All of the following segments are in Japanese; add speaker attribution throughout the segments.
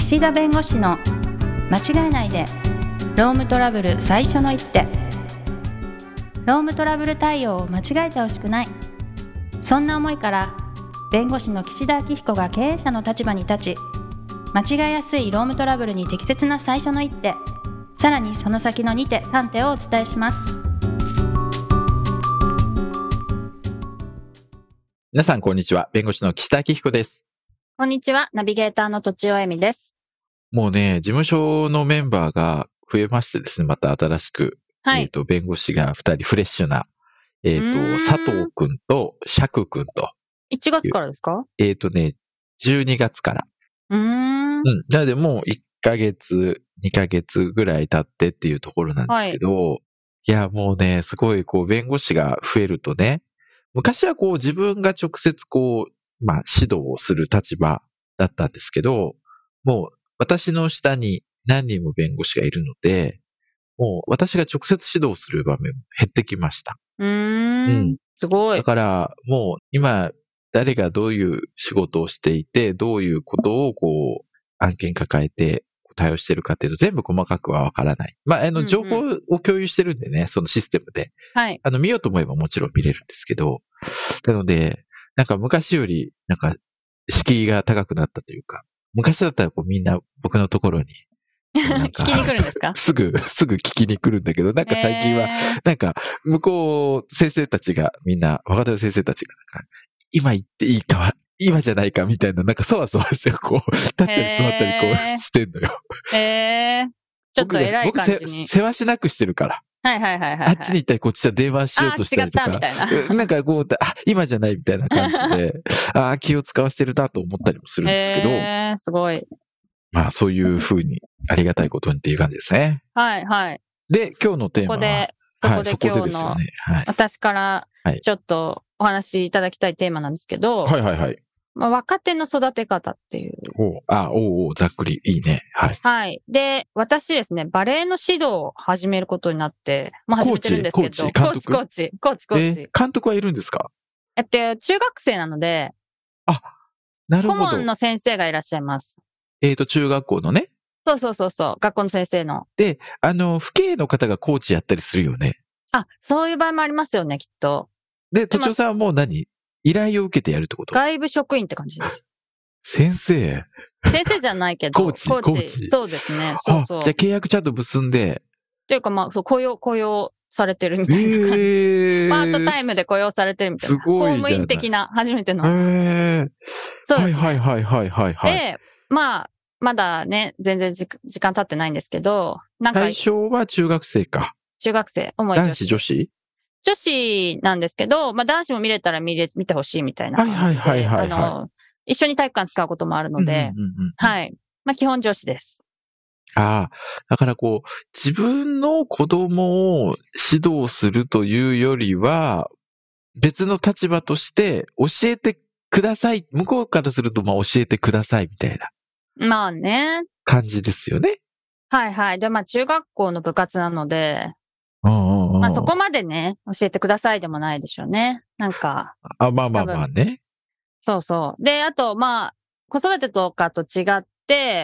Speaker 1: 岸田弁護士の間違えないでロームトラブル最初の一手。ロームトラブル対応を間違えてほしくない、そんな思いから弁護士の岸田明彦が経営者の立場に立ち、間違えやすいロームトラブルに適切な最初の一手、さらにその先の2手3手をお伝えします。
Speaker 2: 皆さんこんにちは。弁護士の岸田明彦です。
Speaker 1: こんにちは。ナビゲーターのとちおえみです。
Speaker 2: もうね、事務所のメンバーが増えましてですね、また新しく、
Speaker 1: はい、
Speaker 2: 弁護士が2人フレッシュな、佐藤くんと釈くんと。
Speaker 1: 1月からですか
Speaker 2: ？12月から。なのでもう1ヶ月、2ヶ月ぐらい経ってっていうところなんですけど、いや、もうね、すごい弁護士が増えるとね、昔は自分が直接指導をする立場だったんですけど、もう私の下に何人も弁護士がいるので、もう私が直接指導する場面も減ってきました。
Speaker 1: すごい。
Speaker 2: だからもう今誰がどういう仕事をしていて、どういうことを案件抱えて対応してるかっていうと全部細かくはわからない。情報を共有してるんでね、そのシステムで。
Speaker 1: はい。
Speaker 2: 見ようと思えばもちろん見れるんですけど、なので、昔より、敷居が高くなったというか、昔だったらみんな僕のところに、
Speaker 1: 聞きに来るんですか？
Speaker 2: すぐ聞きに来るんだけど、最近は、向こう、先生たちがみんな、若手の先生たちが今言っていいかは、今じゃないかみたいな、そわそわして立ったり座ったりしてんのよ。
Speaker 1: ちょっと偉い感じに。
Speaker 2: 僕世話しなくしてるから。あっちに行ったりこっちじゃ電話しようとしたりとか。
Speaker 1: 違ったみたいな。
Speaker 2: 今じゃないみたいな感じで、気を使わせてるなと思ったりもするんですけど。
Speaker 1: すごい。
Speaker 2: そういう風に、ありがたいことにっていう感じですね。
Speaker 1: はいはい。
Speaker 2: で、今日のテーマは、
Speaker 1: そこで今日の、私からちょっとお話しいただきたいテーマなんですけど、若手の育て方っていう。
Speaker 2: ざっくりいいね。はい。
Speaker 1: はい。で、私ですね、バレエの指導を始めることになって、始めてるんですけど、コーチ。
Speaker 2: 監督はいるんですか？
Speaker 1: 中学生なので、
Speaker 2: なるほど。
Speaker 1: 顧問の先生がいらっしゃいます。
Speaker 2: 中学校のね。
Speaker 1: そう。学校の先生の。
Speaker 2: で、父兄の方がコーチやったりするよね。
Speaker 1: そういう場合もありますよね、きっと。
Speaker 2: で、都庁さんはもう依頼を受けてやるってこと？
Speaker 1: 外部職員って感じです。
Speaker 2: 先生
Speaker 1: じゃないけど。コーチ。そうですね。そう。
Speaker 2: じゃあ契約ちゃんと結んで。
Speaker 1: っていうか雇用されてるみたいな感じ。パートタイムで雇用されてるみたいな。
Speaker 2: すごい。
Speaker 1: 公務員的な初めての。
Speaker 2: そうですね。はい。
Speaker 1: で、まだね、全然時間経ってないんですけど、
Speaker 2: 対象は中学生か。
Speaker 1: 中学生、主に
Speaker 2: 男子女子？
Speaker 1: 女子なんですけど、男子も見れたら見てほしいみたいな感じで、一緒に体育館使うこともあるので、はい。基本女子です。
Speaker 2: だから自分の子供を指導するというよりは、別の立場として教えてください。向こうからすると教えてくださいみたいな。感じですよね。
Speaker 1: はい。で、中学校の部活なので、そこまでね、教えてくださいでもないでしょうね。ね。そう。で、あと、子育てとかと違って、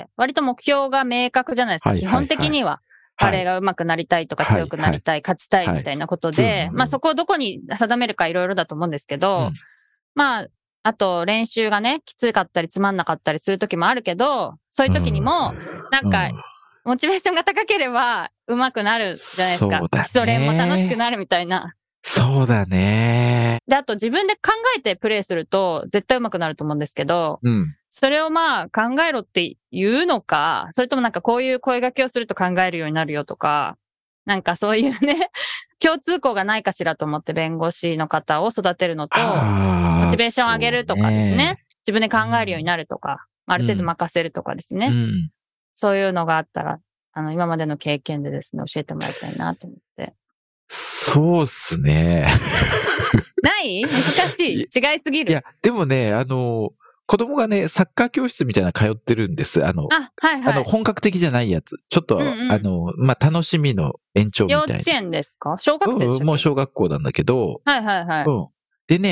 Speaker 1: 割と目標が明確じゃないですか。基本的には。バレエが上手くなりたいとか強くなりたい、勝ちたいみたいなことで、そこをどこに定めるかいろいろだと思うんですけど、あと練習がね、きつかったりつまんなかったりする時もあるけど、そういう時にも、モチベーションが高ければ上手くなるじゃないですか。基礎練も楽しくなるみたいな。
Speaker 2: そうだね。
Speaker 1: で、あと自分で考えてプレイすると絶対上手くなると思うんですけど、それを考えろって言うのか、それともこういう声掛けをすると考えるようになるよとか、そういうね、共通項がないかしらと思って弁護士の方を育てるのと、モチベーションを上げるとかですね。自分で考えるようになるとか、ある程度任せるとかですね。そういうのがあったら、今までの経験でですね、教えてもらいたいなと思って。
Speaker 2: そうっすね。
Speaker 1: ない難しい。違いすぎる。
Speaker 2: いや、でもね、子供がね、サッカー教室みたいなの通ってるんです。本格的じゃないやつ。ちょっと、楽しみの延長みたいな。
Speaker 1: 幼稚園ですか？小学生ですか？
Speaker 2: もう小学校なんだけど。
Speaker 1: はい。
Speaker 2: でね、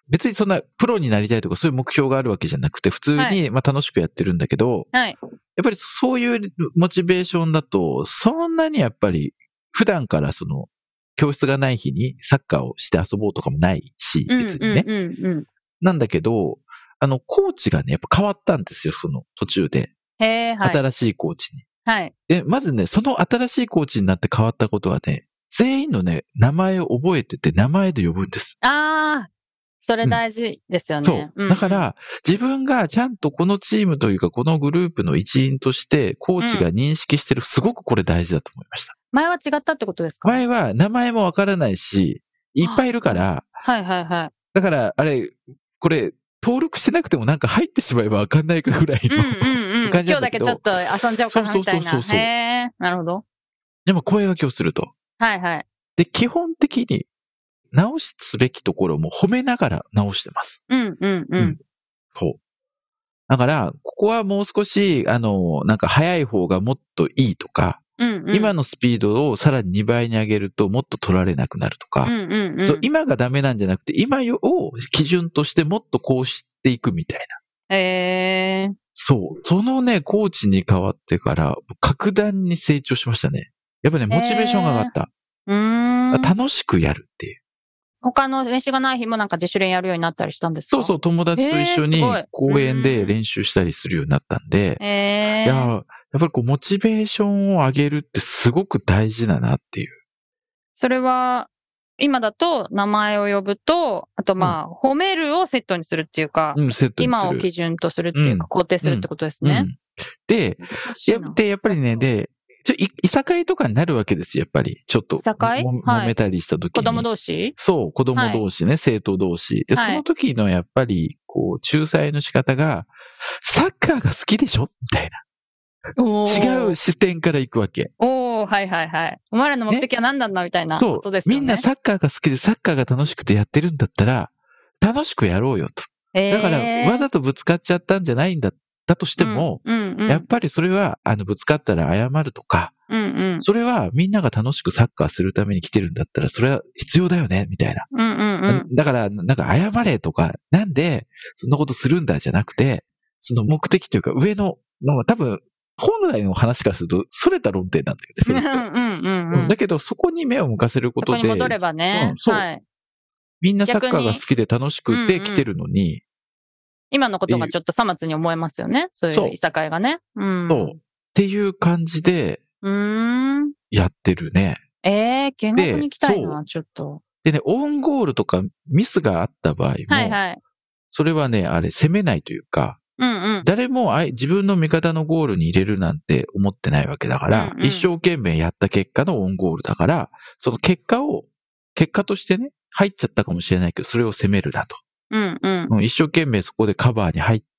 Speaker 2: 別にそんなプロになりたいとかそういう目標があるわけじゃなくて、普通にまあ楽しくやってるんだけど、
Speaker 1: はい。
Speaker 2: やっぱりそういうモチベーションだと、そんなにやっぱり普段からその教室がない日にサッカーをして遊ぼうとかもないし、別にね。なんだけど、コーチがね、やっぱ変わったんですよ、その途中で。
Speaker 1: はい。
Speaker 2: 新しいコーチに。
Speaker 1: はい。
Speaker 2: まずね、その新しいコーチになって変わったことはね、全員のね、名前を覚えてて名前で呼ぶんです。
Speaker 1: ああ、それ大事ですよね。
Speaker 2: そう。だから、自分がちゃんとこのチームというか、このグループの一員として、コーチが認識してる、すごくこれ大事だと思いました。
Speaker 1: 前は違ったってことですか？
Speaker 2: 前は名前もわからないし、いっぱいいるから、
Speaker 1: はいはいはい。
Speaker 2: だから、あれ、これ、登録してなくてもなんか入ってしまえばわかんないかぐらいの感じ
Speaker 1: 今日だけちょっと遊んじゃおうかなみたいな。
Speaker 2: そう。
Speaker 1: へー、なるほど。
Speaker 2: でも声掛けをすると。
Speaker 1: はいはい。
Speaker 2: で、基本的に直すべきところも褒めながら直してます。そう。だから、ここはもう少し、なんか早い方がもっといいとか、今のスピードをさらに2倍に上げるともっと取られなくなるとか、そう、今がダメなんじゃなくて、今を基準としてもっとこうしていくみたいな。そう。そのね、コーチに変わってから、格段に成長しましたね。やっぱね、モチベーションが上がった。楽しくやるっていう。
Speaker 1: 他の練習がない日もなんか自主練やるようになったりしたんですか？
Speaker 2: そう、友達と一緒に公園で練習したりするようになったんで、やっぱりこう、モチベーションを上げるってすごく大事だなっていう。
Speaker 1: それは、今だと名前を呼ぶと、あとまあ、褒めるをセットにするっていうか、今を基準とするっていうか、肯定するってことですね。
Speaker 2: で、やっぱりね、いさかいとかになるわけですよ、やっぱり。ちょっと。揉めたりした時に。
Speaker 1: 子供同士？
Speaker 2: そう、子供同士ね、生徒同士。で、その時のやっぱり、こう、仲裁の仕方が、サッカーが好きでしょみたいな。違う視点から行くわけ。
Speaker 1: はいはいはい。お前らの目的は何なんだみたいなことですよね。
Speaker 2: そう。みんなサッカーが好きでサッカーが楽しくてやってるんだったら、楽しくやろうよと。だから、わざとぶつかっちゃったんじゃないんだとしても、やっぱりそれは、ぶつかったら謝るとか、それはみんなが楽しくサッカーするために来てるんだったら、それは必要だよね、みたいな。だから、なんか謝れとか、なんでそんなことするんだじゃなくて、その目的というか上の、多分、本来の話からすると、それた論点なんだけどね。だけど、そこに目を向かせることで。
Speaker 1: そこに戻ればね。
Speaker 2: そう。みんなサッカーが好きで楽しくて来てるのに、
Speaker 1: 今のことがちょっとさまつに思えますよね。そういういさかいがね。
Speaker 2: そう。っていう感じで、やってるね。
Speaker 1: 見学に行きたいな、ちょっと。
Speaker 2: でね、オウンゴールとかミスがあった場合も、それはね、あれ、責めないというか、誰も自分の味方のゴールに入れるなんて思ってないわけだから、一生懸命やった結果のオウンゴールだから、その結果としてね、入っちゃったかもしれないけど、それを責めるなと。一生懸命そこでカバーに入って、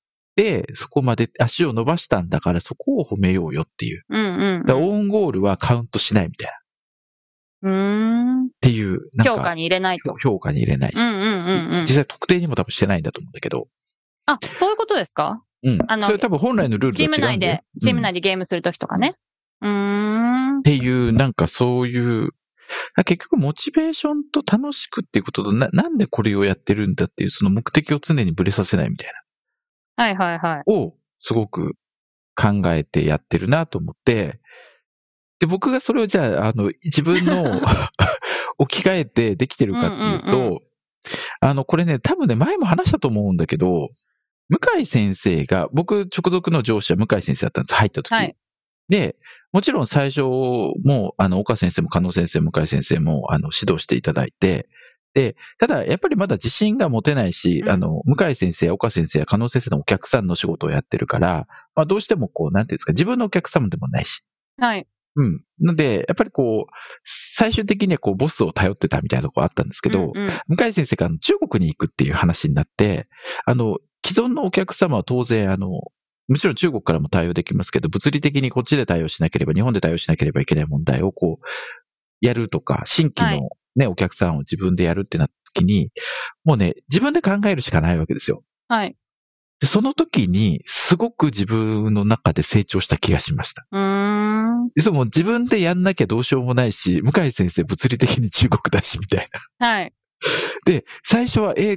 Speaker 2: そこまで足を伸ばしたんだから、そこを褒めようよっていう。オウンゴールはカウントしないみたいな。っていう。
Speaker 1: 評価に入れないと。
Speaker 2: 評価に入れないし。実際特定にも多分してないんだと思うんだけど。
Speaker 1: あ、そういうことですか？
Speaker 2: それ多分本来のルールと違うんだよ。
Speaker 1: チーム内でゲームするときとかね。
Speaker 2: っていう、なんかそういう、結局モチベーションと楽しくっていうことと、なんでこれをやってるんだっていう、その目的を常にブレさせないみたい
Speaker 1: な。
Speaker 2: を、すごく考えてやってるなと思って、で、僕がそれをじゃあ、自分の置き換えてできてるかっていうと、これね、多分ね、前も話したと思うんだけど、向井先生が、僕直属の上司は向井先生だったんです、入った時。で、もちろん最初も、岡先生も加納先生、向井先生も、指導していただいて、で、ただ、やっぱりまだ自信が持てないし、向井先生や岡先生や加納先生のお客さんの仕事をやってるから、まあ、どうしてもこう、なんていうんですか、自分のお客様でもないし。ので、やっぱりこう、最終的にはこう、ボスを頼ってたみたいなところあったんですけど、向井先生が中国に行くっていう話になって、既存のお客様は当然、もちろん中国からも対応できますけど、物理的にこっちで対応しなければ、日本で対応しなければいけない問題をこう、やるとか、新規のね、お客さんを自分でやるってなった時に、もうね、自分で考えるしかないわけですよ。でその時に、すごく自分の中で成長した気がしました。そうもう自分でやんなきゃどうしようもないし、向井先生物理的に中国だし、みたいな。で、最初は、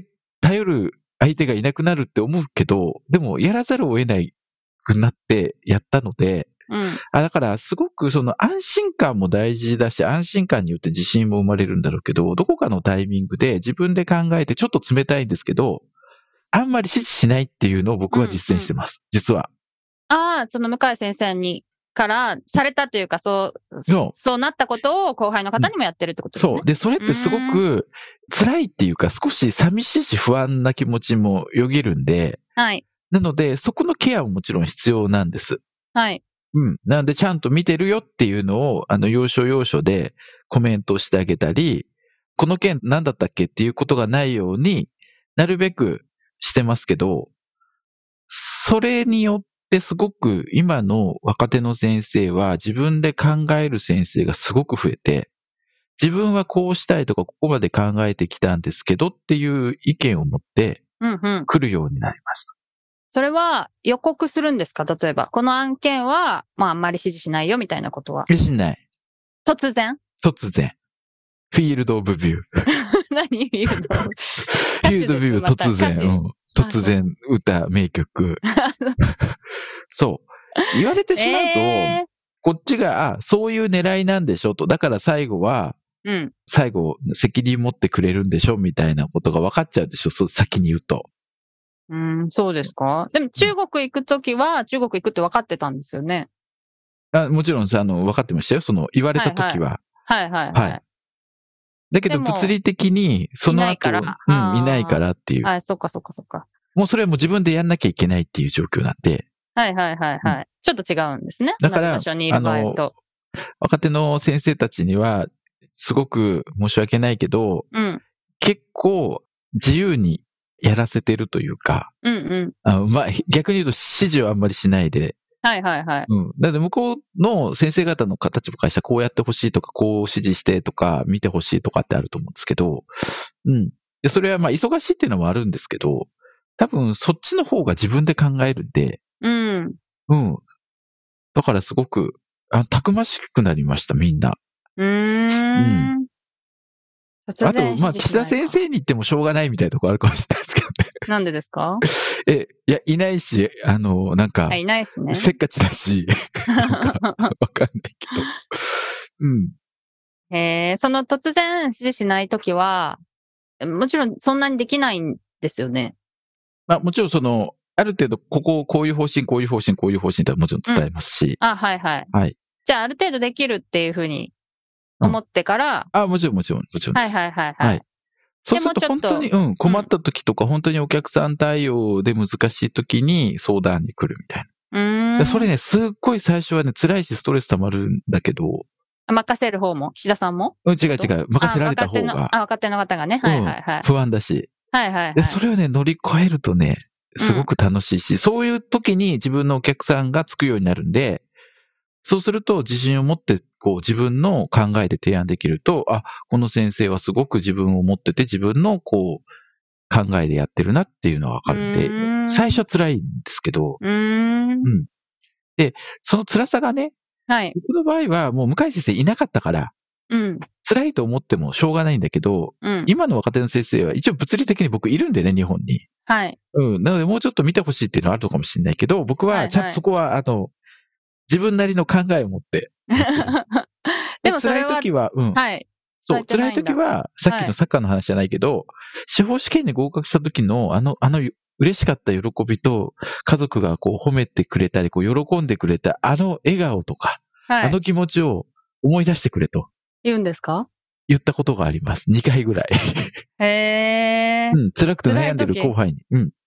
Speaker 2: 頼る相手がいなくなるって思うけど、でもやらざるを得ないくなってやったので、だからすごくその安心感も大事だし、安心感によって自信も生まれるんだろうけど、どこかのタイミングで自分で考えてちょっと冷たいんですけど、あんまり指示しないっていうのを僕は実践してます。実は。
Speaker 1: その向井先生にからされたというか、そうなったことを後輩の方にもやってるってことですね。
Speaker 2: そう。で、それってすごく辛いっていうか、少し寂しいし不安な気持ちもよぎるんで、
Speaker 1: はい。
Speaker 2: なので、そこのケアももちろん必要なんです。
Speaker 1: はい。
Speaker 2: なので、ちゃんと見てるよっていうのを、要所要所でコメントしてあげたり、この件何だったっけっていうことがないようになるべくしてますけど、それによってすごく今の若手の先生は自分で考える先生がすごく増えて、自分はこうしたいとかここまで考えてきたんですけどっていう意見を持って来るようになりました。
Speaker 1: それは予告するんですか？例えば、この案件は、あんまり指示しないよみたいなことは。
Speaker 2: しない。
Speaker 1: 突然。
Speaker 2: フィールドオブビュー。
Speaker 1: 何フィールドオブビュー？
Speaker 2: フィールドオブビュー突然、突然歌名曲。そう。言われてしまうと、こっちが、そういう狙いなんでしょと。だから最後は、最後責任持ってくれるんでしょみたいなことが分かっちゃうでしょ、先に言うと。
Speaker 1: そうですか？でも中国行くときは、中国行くって分かってたんですよね。
Speaker 2: もちろん分かってましたよ。言われたときは。はい。だけど物理的に、その後、いないからっていう。
Speaker 1: そっか。
Speaker 2: もうそれはもう自分でやんなきゃいけないっていう状況なんで。
Speaker 1: はい。ちょっと違うんですね。
Speaker 2: だから、
Speaker 1: 同じ場所にいる場合と。
Speaker 2: 若手の先生たちには、すごく申し訳ないけど、結構自由にやらせてるというか、逆に言うと指示をあんまりしないで、
Speaker 1: はい。
Speaker 2: だって向こうの先生方の形も会社こうやってほしいとか、こう指示してとか、見てほしいとかってあると思うんですけど、でそれは忙しいっていうのもあるんですけど、多分そっちの方が自分で考えるんで、だからすごく、たくましくなりました、みんな。あと、岸田先生に言ってもしょうがないみたいなとこあるかもしれないですけどね。
Speaker 1: なんでですか？
Speaker 2: いないし、なんか、
Speaker 1: いないしね。
Speaker 2: せっかちだし、なんか、わかんないけ
Speaker 1: ど。その突然指示しないときは、もちろんそんなにできないんですよね。
Speaker 2: もちろんある程度、こういう方針ってもちろん伝えますし。
Speaker 1: はい。じゃあ、ある程度できるっていうふうに思ってから。
Speaker 2: もちろんです。
Speaker 1: はい。
Speaker 2: そうすると本当に、困った時とか、本当にお客さん対応で難しい時に相談に来るみたいな。それね、すっごい最初はね、辛いしストレス溜まるんだけど。
Speaker 1: 任せる方も岸田さんも？
Speaker 2: 違う。任せられた方が。
Speaker 1: 若手の方がね。はい。
Speaker 2: 不安だし。
Speaker 1: はい。
Speaker 2: で、それをね、乗り越えるとね、すごく楽しいし、そういう時に自分のお客さんがつくようになるんで、そうすると自信を持って、自分の考えで提案できると、この先生はすごく自分を持ってて、自分の考えでやってるなっていうのがわかるんで、最初は辛いんですけど、で、その辛さがね、僕の場合はもう向井先生いなかったから、辛いと思ってもしょうがないんだけど、今の若手の先生は一応物理的に僕いるんでね、日本に。
Speaker 1: はい。
Speaker 2: なのでもうちょっと見てほしいっていうのはあるのかもしれないけど、僕はちゃんとそこは、自分なりの考えを持って。
Speaker 1: でもそれは
Speaker 2: 辛い時は、そう、辛い時は、さっきのサッカーの話じゃないけど、司法試験に合格した時の、嬉しかった喜びと、家族が褒めてくれたり、喜んでくれた、笑顔とか、あの気持ちを思い出してくれと。
Speaker 1: 言うんですか？
Speaker 2: 言ったことがあります。2回ぐらい。辛くて悩んでる後輩に。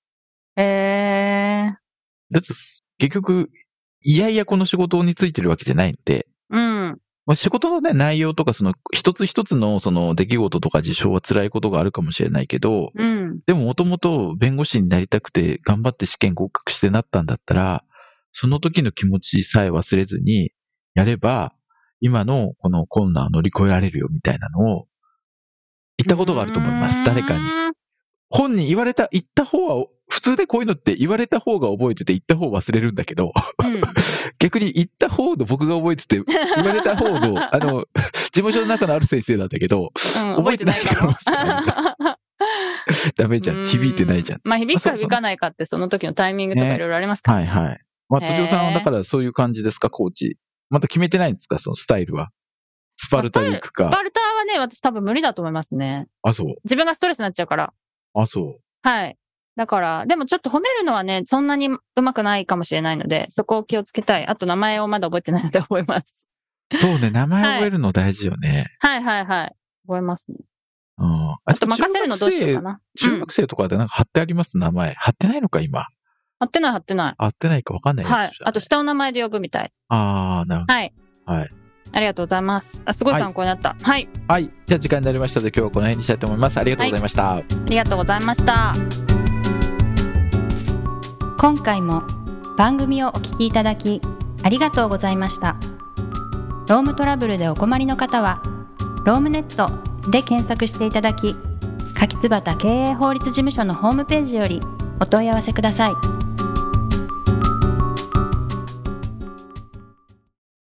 Speaker 2: だって結局、いやいやこの仕事についてるわけじゃないので、仕事のね、内容とか一つ一つの出来事とか事象は辛いことがあるかもしれないけど、でももともと弁護士になりたくて頑張って試験合格してなったんだったら、その時の気持ちさえ忘れずにやれば、今のこの困難を乗り越えられるよみたいなのを言ったことがあると思います。誰かに。本に言った方は、普通でこういうのって言われた方が覚えてて言った方忘れるんだけど、逆に言った方の僕が覚えてて言われた方の、事務所の中のある先生なんだけど、覚えてないかもしれない。 ダメじゃん。響いてないじゃん。
Speaker 1: まあ響くか響かないかってその時のタイミングとかいろいろありますからね。
Speaker 2: はいはい。まあ、とじおさんはだからそういう感じですか、コーチ。まだ決めてないんですか、そのスタイルは。スパルタで行くか。
Speaker 1: スパルタはね、私多分無理だと思いますね。
Speaker 2: あ、そう。
Speaker 1: 自分がストレスになっちゃうから。
Speaker 2: あ、そう。
Speaker 1: はい。だから、でもちょっと褒めるのはね、そんなにうまくないかもしれないので、そこを気をつけたい。あと名前をまだ覚えてないので覚えます。
Speaker 2: そうね、名前覚えるの大事よね。
Speaker 1: はいはいはい。覚えますね。
Speaker 2: うん。
Speaker 1: あと任せるのどうしようかな。
Speaker 2: 中学生とかでなんか貼ってあります、名前。貼ってないのか、今。
Speaker 1: 貼ってない貼ってない。
Speaker 2: 貼ってないか分かんないです。
Speaker 1: はい。あと下の名前で呼ぶみたい。
Speaker 2: ああ、なるほど。
Speaker 1: はい。
Speaker 2: はい。
Speaker 1: ありがとうございます。すごい参考になった。はい。
Speaker 2: はい。じゃあ時間になりましたので今日はこの辺にしたいと思います。ありがとうございました。はい、
Speaker 1: ありがとうございました。
Speaker 3: 今回も番組をお聞きいただきありがとうございました。ロームトラブルでお困りの方はロームネットで検索していただき、柿椿経営法律事務所のホームページよりお問い合わせください。